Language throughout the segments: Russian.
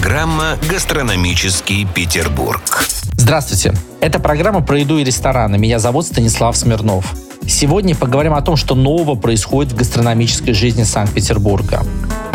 Программа «Гастрономический Петербург». Здравствуйте. Это программа про еду и рестораны. Меня зовут Станислав Смирнов. Сегодня поговорим о том, что нового происходит в гастрономической жизни Санкт-Петербурга.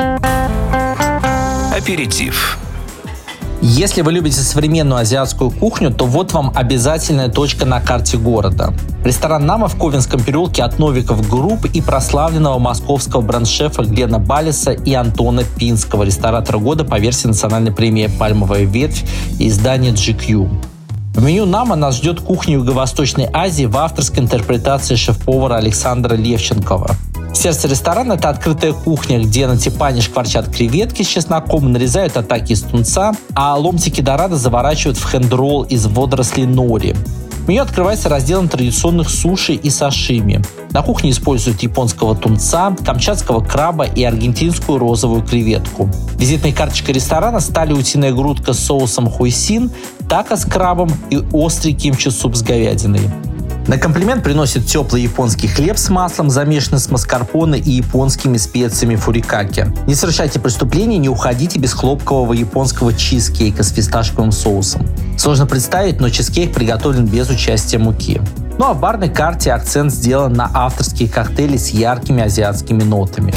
Аперитив. Если вы любите современную азиатскую кухню, то вот вам обязательная точка на карте города. Ресторан «Нама» в Ковенском переулке от Новиков Групп и прославленного московского бренд-шефа Глена Баллеса и Антона Пинского, ресторатора года по версии национальной премии «Пальмовая ветвь» и издания GQ. В меню «Нама» нас ждет кухня Юго-Восточной Азии в авторской интерпретации шеф-повара Александра Левченкова. Сердце ресторана – это открытая кухня, где на типане шкварчат креветки с чесноком, нарезают атаки из тунца, а ломтики дорадо заворачивают в хенд-ролл из водорослей нори. Меню открывается разделом традиционных суши и сашими. На кухне используют японского тунца, камчатского краба и аргентинскую розовую креветку. Визитной карточкой ресторана стали утиная грудка с соусом хойсин, тако с крабом и острый кимчи-суп с говядиной. На комплимент приносит теплый японский хлеб с маслом, замешанный с маскарпоне и японскими специями фурикаке. Не совершайте преступлений, не уходите без хлопкового японского чизкейка с фисташковым соусом. Сложно представить, но чизкейк приготовлен без участия муки. Ну а в барной карте акцент сделан на авторские коктейли с яркими азиатскими нотами.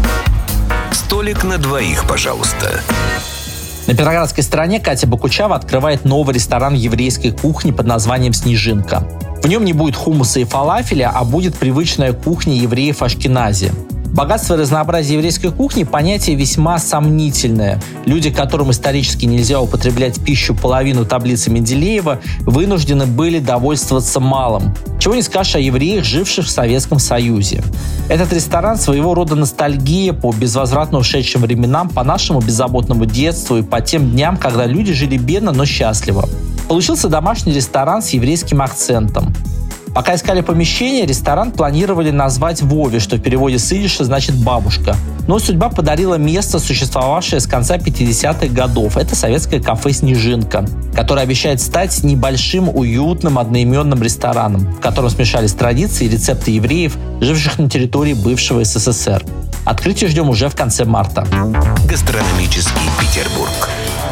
Столик на двоих, пожалуйста. На Петроградской стороне Катя Бакучава открывает новый ресторан еврейской кухни под названием «Снежинка». В нем не будет хумуса и фалафеля, а будет привычная кухня евреев Ашкенази. Богатство и разнообразие еврейской кухни – понятие весьма сомнительное. Люди, которым исторически нельзя употреблять пищу половину таблицы Менделеева, вынуждены были довольствоваться малым. Чего не скажешь о евреях, живших в Советском Союзе. Этот ресторан – своего рода ностальгия по безвозвратно ушедшим временам, по нашему беззаботному детству и по тем дням, когда люди жили бедно, но счастливо. Получился домашний ресторан с еврейским акцентом. Пока искали помещение, ресторан планировали назвать Вове, что в переводе с идиша значит «бабушка». Но судьба подарила место, существовавшее с конца 50-х годов. Это советское кафе «Снежинка», которое обещает стать небольшим, уютным, одноименным рестораном, в котором смешались традиции и рецепты евреев, живших на территории бывшего СССР. Открытие ждем уже в конце марта. Гастрономический Петербург.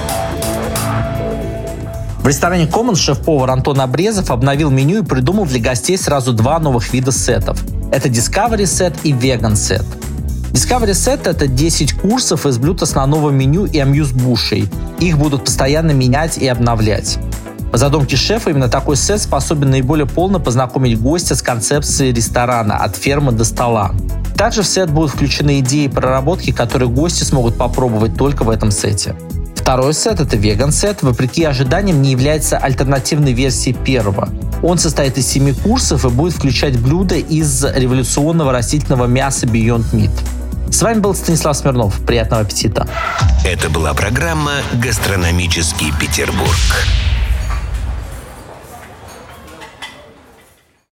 В ресторане «Коммон» шеф-повар Антон Обрезов обновил меню и придумал для гостей сразу два новых вида сетов. Это Discovery Set и Vegan Set. Discovery Set – это 10 курсов из блюд основного меню и амьюз-бушей. Их будут постоянно менять и обновлять. По задумке шефа, именно такой сет способен наиболее полно познакомить гостя с концепцией ресторана от фермы до стола. Также в сет будут включены идеи проработки, которые гости смогут попробовать только в этом сете. Второй сет – это веган-сет, вопреки ожиданиям не является альтернативной версией первого. Он состоит из 7 курсов и будет включать блюда из революционного растительного мяса Beyond Meat. С вами был Станислав Смирнов. Приятного аппетита! Это была программа «Гастрономический Петербург».